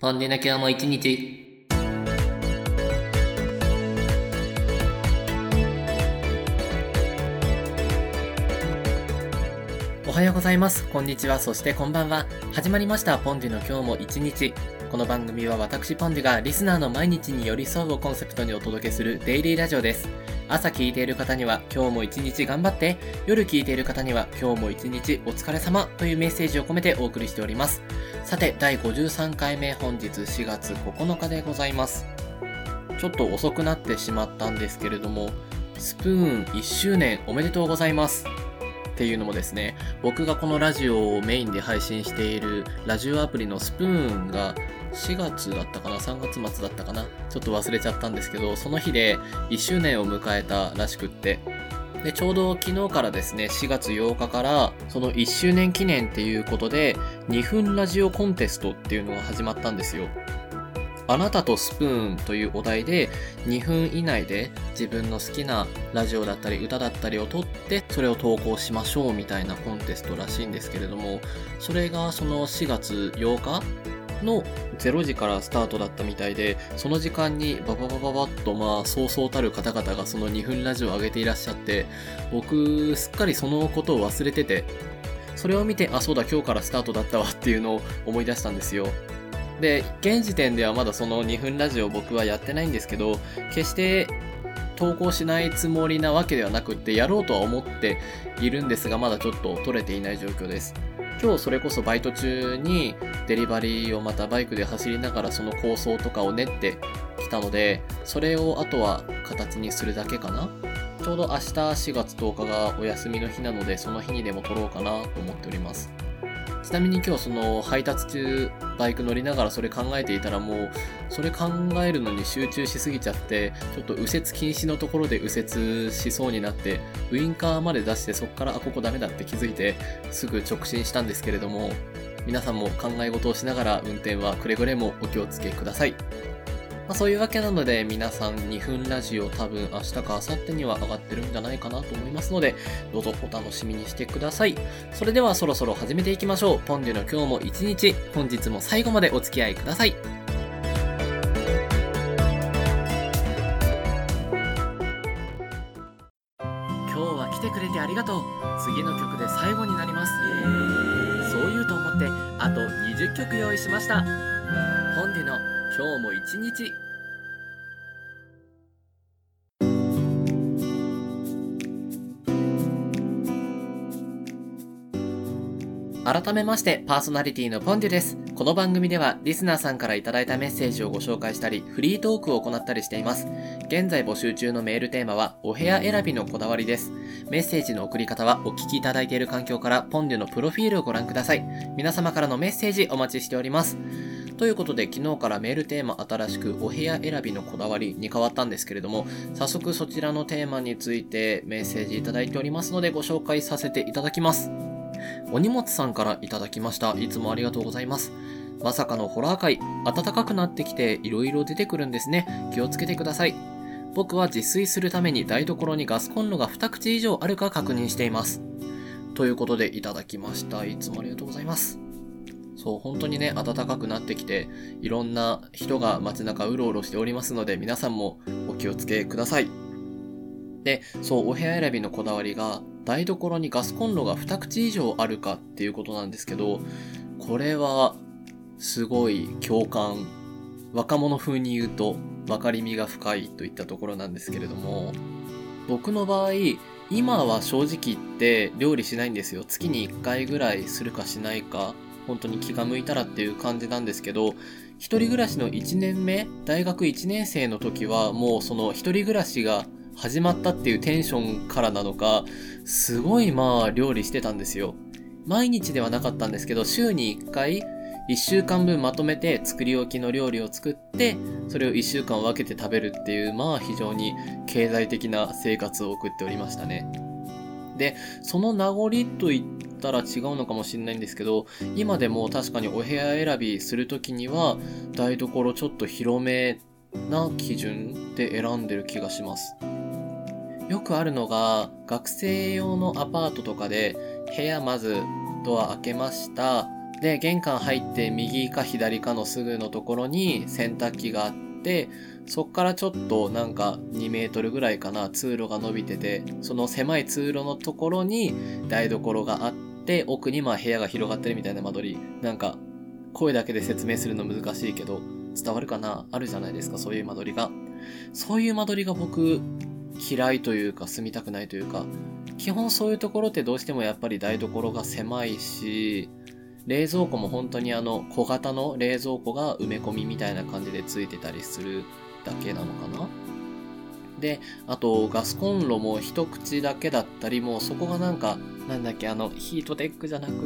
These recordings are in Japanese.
ポンデの今日も一日。おはようございます。こんにちは。そしてこんばんは。始まりましたポンデの今日も一日。この番組は私ポンデがリスナーの毎日に寄り添うをコンセプトにお届けするデイリーラジオです。朝聞いている方には今日も一日頑張って、夜聞いている方には今日も一日お疲れ様というメッセージを込めてお送りしております。さて、第53回目、本日4月9日でございます。ちょっと遅くなってしまったんですけれども、スプーン1周年おめでとうございますっていうのもですね、僕がこのラジオをメインで配信しているラジオアプリのスプーンが4月だったかな、3月末だったかな、ちょっと忘れちゃったんですけど、その日で1周年を迎えたらしくって、でちょうど昨日からですね、4月8日からその1周年記念っていうことで2分ラジオコンテストっていうのが始まったんですよ。あなたとスプーンというお題で2分以内で自分の好きなラジオだったり歌だったりを撮ってそれを投稿しましょうみたいなコンテストらしいんですけれども、それがその4月8日の0時からスタートだったみたいで、その時間にバババババッとそうそうたる方々がその2分ラジオを上げていらっしゃって、僕すっかりそのことを忘れてて、それを見てそうだ今日からスタートだったわっていうのを思い出したんですよ。で、現時点ではまだその2分ラジオ僕はやってないんですけど、決して投稿しないつもりなわけではなくってやろうとは思っているんですが、まだちょっと取れていない状況です。今日それこそバイト中にデリバリーをまたバイクで走りながらその構想とかを練ってきたので、それをあとは形にするだけかな。ちょうど明日4月10日がお休みの日なので、その日にでも撮ろうかなと思っております。ちなみに今日その配達中バイク乗りながらそれ考えていたら、もうそれ考えるのに集中しすぎちゃって、ちょっと右折禁止のところで右折しそうになってウインカーまで出して、そこからここダメだって気づいてすぐ直進したんですけれども、皆さんも考え事をしながら運転はくれぐれもお気をつけください。そういうわけなので、皆さん2分ラジオ多分明日か明後日には上がってるんじゃないかなと思いますので、どうぞお楽しみにしてください。それではそろそろ始めていきましょう。ポンデュの今日も一日、本日も最後までお付き合いください。今日は来てくれてありがとう。次の曲で最後になります。そう言うと思ってあと20曲用意しました。ポンデュの今日も一日。改めましてパーソナリティのポンデュです。この番組ではリスナーさんからいただいたメッセージをご紹介したり、フリートークを行ったりしています。現在募集中のメールテーマはお部屋選びのこだわりです。メッセージの送り方はお聞きいただいている環境からポンデュのプロフィールをご覧ください。皆様からのメッセージお待ちしております。ということで、昨日からメールテーマ新しくお部屋選びのこだわりに変わったんですけれども、早速そちらのテーマについてメッセージいただいておりますのでご紹介させていただきます。お荷物さんからいただきました。いつもありがとうございます。まさかのホラー界、暖かくなってきて色々出てくるんですね。気をつけてください。僕は自炊するために台所にガスコンロが2口以上あるか確認しています。ということでいただきました。いつもありがとうございます。そう、本当にね、暖かくなってきて、いろんな人が街中うろうろしておりますので、皆さんもお気をつけください。で、そう、お部屋選びのこだわりが、台所にガスコンロが2口以上あるかっていうことなんですけど、これはすごい共感、若者風に言うと分かりみが深いといったところなんですけれども、僕の場合今は正直言って料理しないんですよ。月に1回ぐらいするかしないか、本当に気が向いたらっていう感じなんですけど、一人暮らしの1年目、大学1年生の時はもうその一人暮らしが始まったっていうテンションからなのか、すごい料理してたんですよ。毎日ではなかったんですけど、週に1回1週間分まとめて作り置きの料理を作って、それを1週間分けて食べるっていう、非常に経済的な生活を送っておりましたね。で、その名残と言ったら違うのかもしれないんですけど、今でも確かにお部屋選びするときには台所ちょっと広めな基準で選んでる気がします。よくあるのが、学生用のアパートとかで部屋まずドア開けました、 で、玄関入って右か左かのすぐのところに洗濯機があって、そっからちょっとなんか2メートルぐらいかな、通路が伸びてて、その狭い通路のところに台所があって、奥に部屋が広がってるみたいな間取り。なんか、声だけで説明するの難しいけど、伝わるかな？あるじゃないですか、そういう間取りが。そういう間取りが僕、嫌いというか、住みたくないというか、基本そういうところってどうしてもやっぱり台所が狭いし、冷蔵庫も本当に小型の冷蔵庫が埋め込みみたいな感じでついてたりするだけなのかな。で、あとガスコンロも一口だけだったり、もうそこがなんか、なんだっけ、ヒートテックじゃなくって、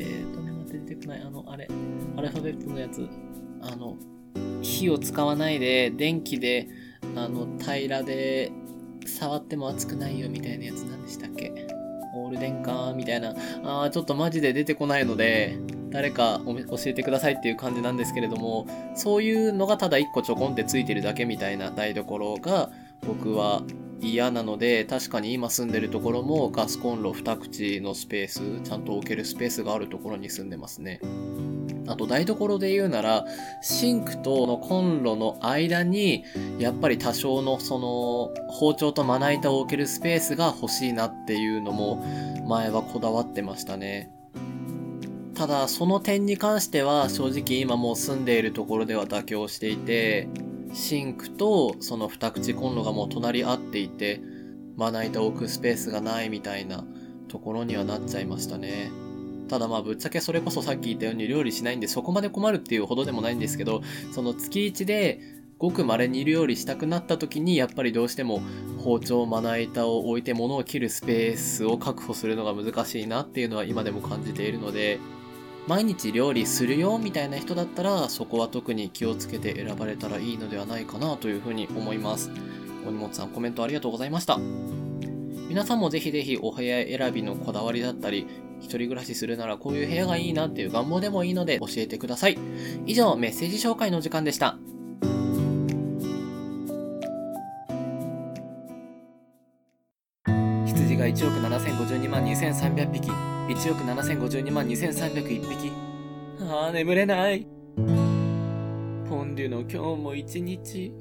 待って出てこない、あれ、アルファベットのやつ、火を使わないで、電気で、平らで、触っても熱くないよみたいなやつなんでしたっけ？オール電化みたいな。ちょっとマジで出てこないので、誰か教えてくださいっていう感じなんですけれども、そういうのがただ一個ちょこんってついてるだけみたいな台所が僕は嫌なので、確かに今住んでるところもガスコンロ2口のスペース、ちゃんと置けるスペースがあるところに住んでますね。あと台所で言うなら、シンクとのコンロの間に、やっぱり多少の包丁とまな板を置けるスペースが欲しいなっていうのも、前はこだわってましたね。ただ、その点に関しては、正直今もう住んでいるところでは妥協していて、シンクとその二口コンロがもう隣り合っていて、まな板を置くスペースがないみたいなところにはなっちゃいましたね。ただぶっちゃけそれこそさっき言ったように料理しないんでそこまで困るっていうほどでもないんですけど、その月1でごく稀に料理したくなった時にやっぱりどうしても包丁まな板を置いて物を切るスペースを確保するのが難しいなっていうのは今でも感じているので、毎日料理するよみたいな人だったらそこは特に気をつけて選ばれたらいいのではないかなというふうに思います。お荷物さんコメントありがとうございました。皆さんもぜひぜひお部屋選びのこだわりだったり、一人暮らしするならこういう部屋がいいなっていう願望でもいいので教えてください。以上、メッセージ紹介の時間でした。羊が1億7052万2300匹、1億7052万2301匹。眠れない。ポンデュの今日も一日。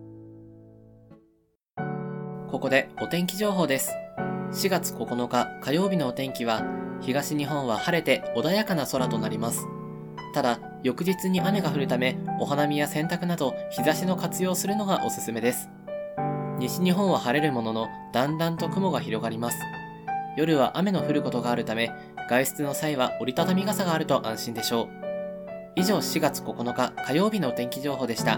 ここでお天気情報です。4月9日火曜日のお天気は、東日本は晴れて穏やかな空となります。ただ、翌日に雨が降るため、お花見や洗濯など日差しの活用するのがおすすめです。西日本は晴れるものの、だんだんと雲が広がります。夜は雨の降ることがあるため、外出の際は折りたたみ傘があると安心でしょう。以上、4月9日火曜日のお天気情報でした。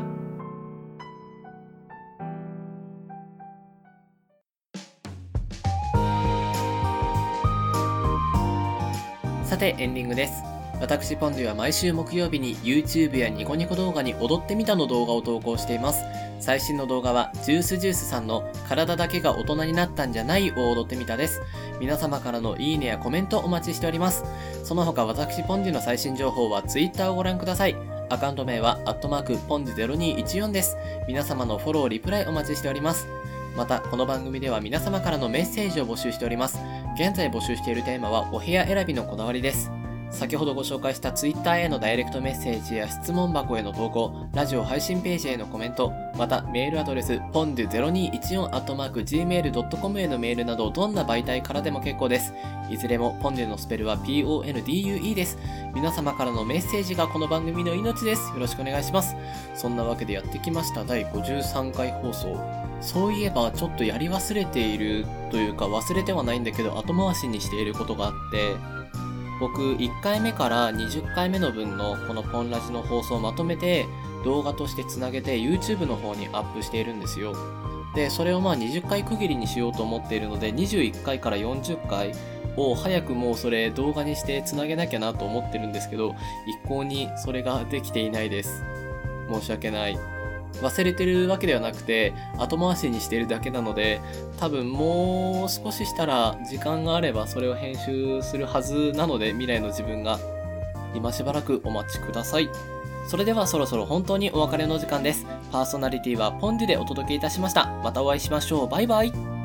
さてエンディングです。私ポンデュは毎週木曜日に YouTube やニコニコ動画に踊ってみたの動画を投稿しています。最新の動画はジュースジュースさんの体だけが大人になったんじゃないを踊ってみたです。皆様からのいいねやコメントお待ちしております。その他私ポンデュの最新情報は Twitter をご覧ください。アカウント名はポンデュ0214です。皆様のフォローリプライお待ちしております。また、この番組では皆様からのメッセージを募集しております。現在募集しているテーマはお部屋選びのこだわりです。先ほどご紹介した Twitter へのダイレクトメッセージや質問箱への投稿、ラジオ配信ページへのコメント、またメールアドレス pondu0214@gmail.com へのメールなどどんな媒体からでも結構です。いずれもポンデュのスペルは PONDUE です。皆様からのメッセージがこの番組の命です。よろしくお願いします。そんなわけでやってきました第53回放送。そういえばちょっとやり忘れているというか忘れてはないんだけど後回しにしていることがあって、僕1回目から20回目の分のこのポンラジの放送をまとめて動画としてつなげて YouTube の方にアップしているんですよ。で、それを20回区切りにしようと思っているので21回から40回を早くもうそれ動画にしてつなげなきゃなと思ってるんですけど、一向にそれができていないです。申し訳ない。忘れてるわけではなくて後回しにしているだけなので、多分もう少ししたら時間があればそれを編集するはずなので、未来の自分が。今しばらくお待ちください。それではそろそろ本当にお別れの時間です。パーソナリティはポンデュでお届けいたしました。またお会いしましょう。バイバイ。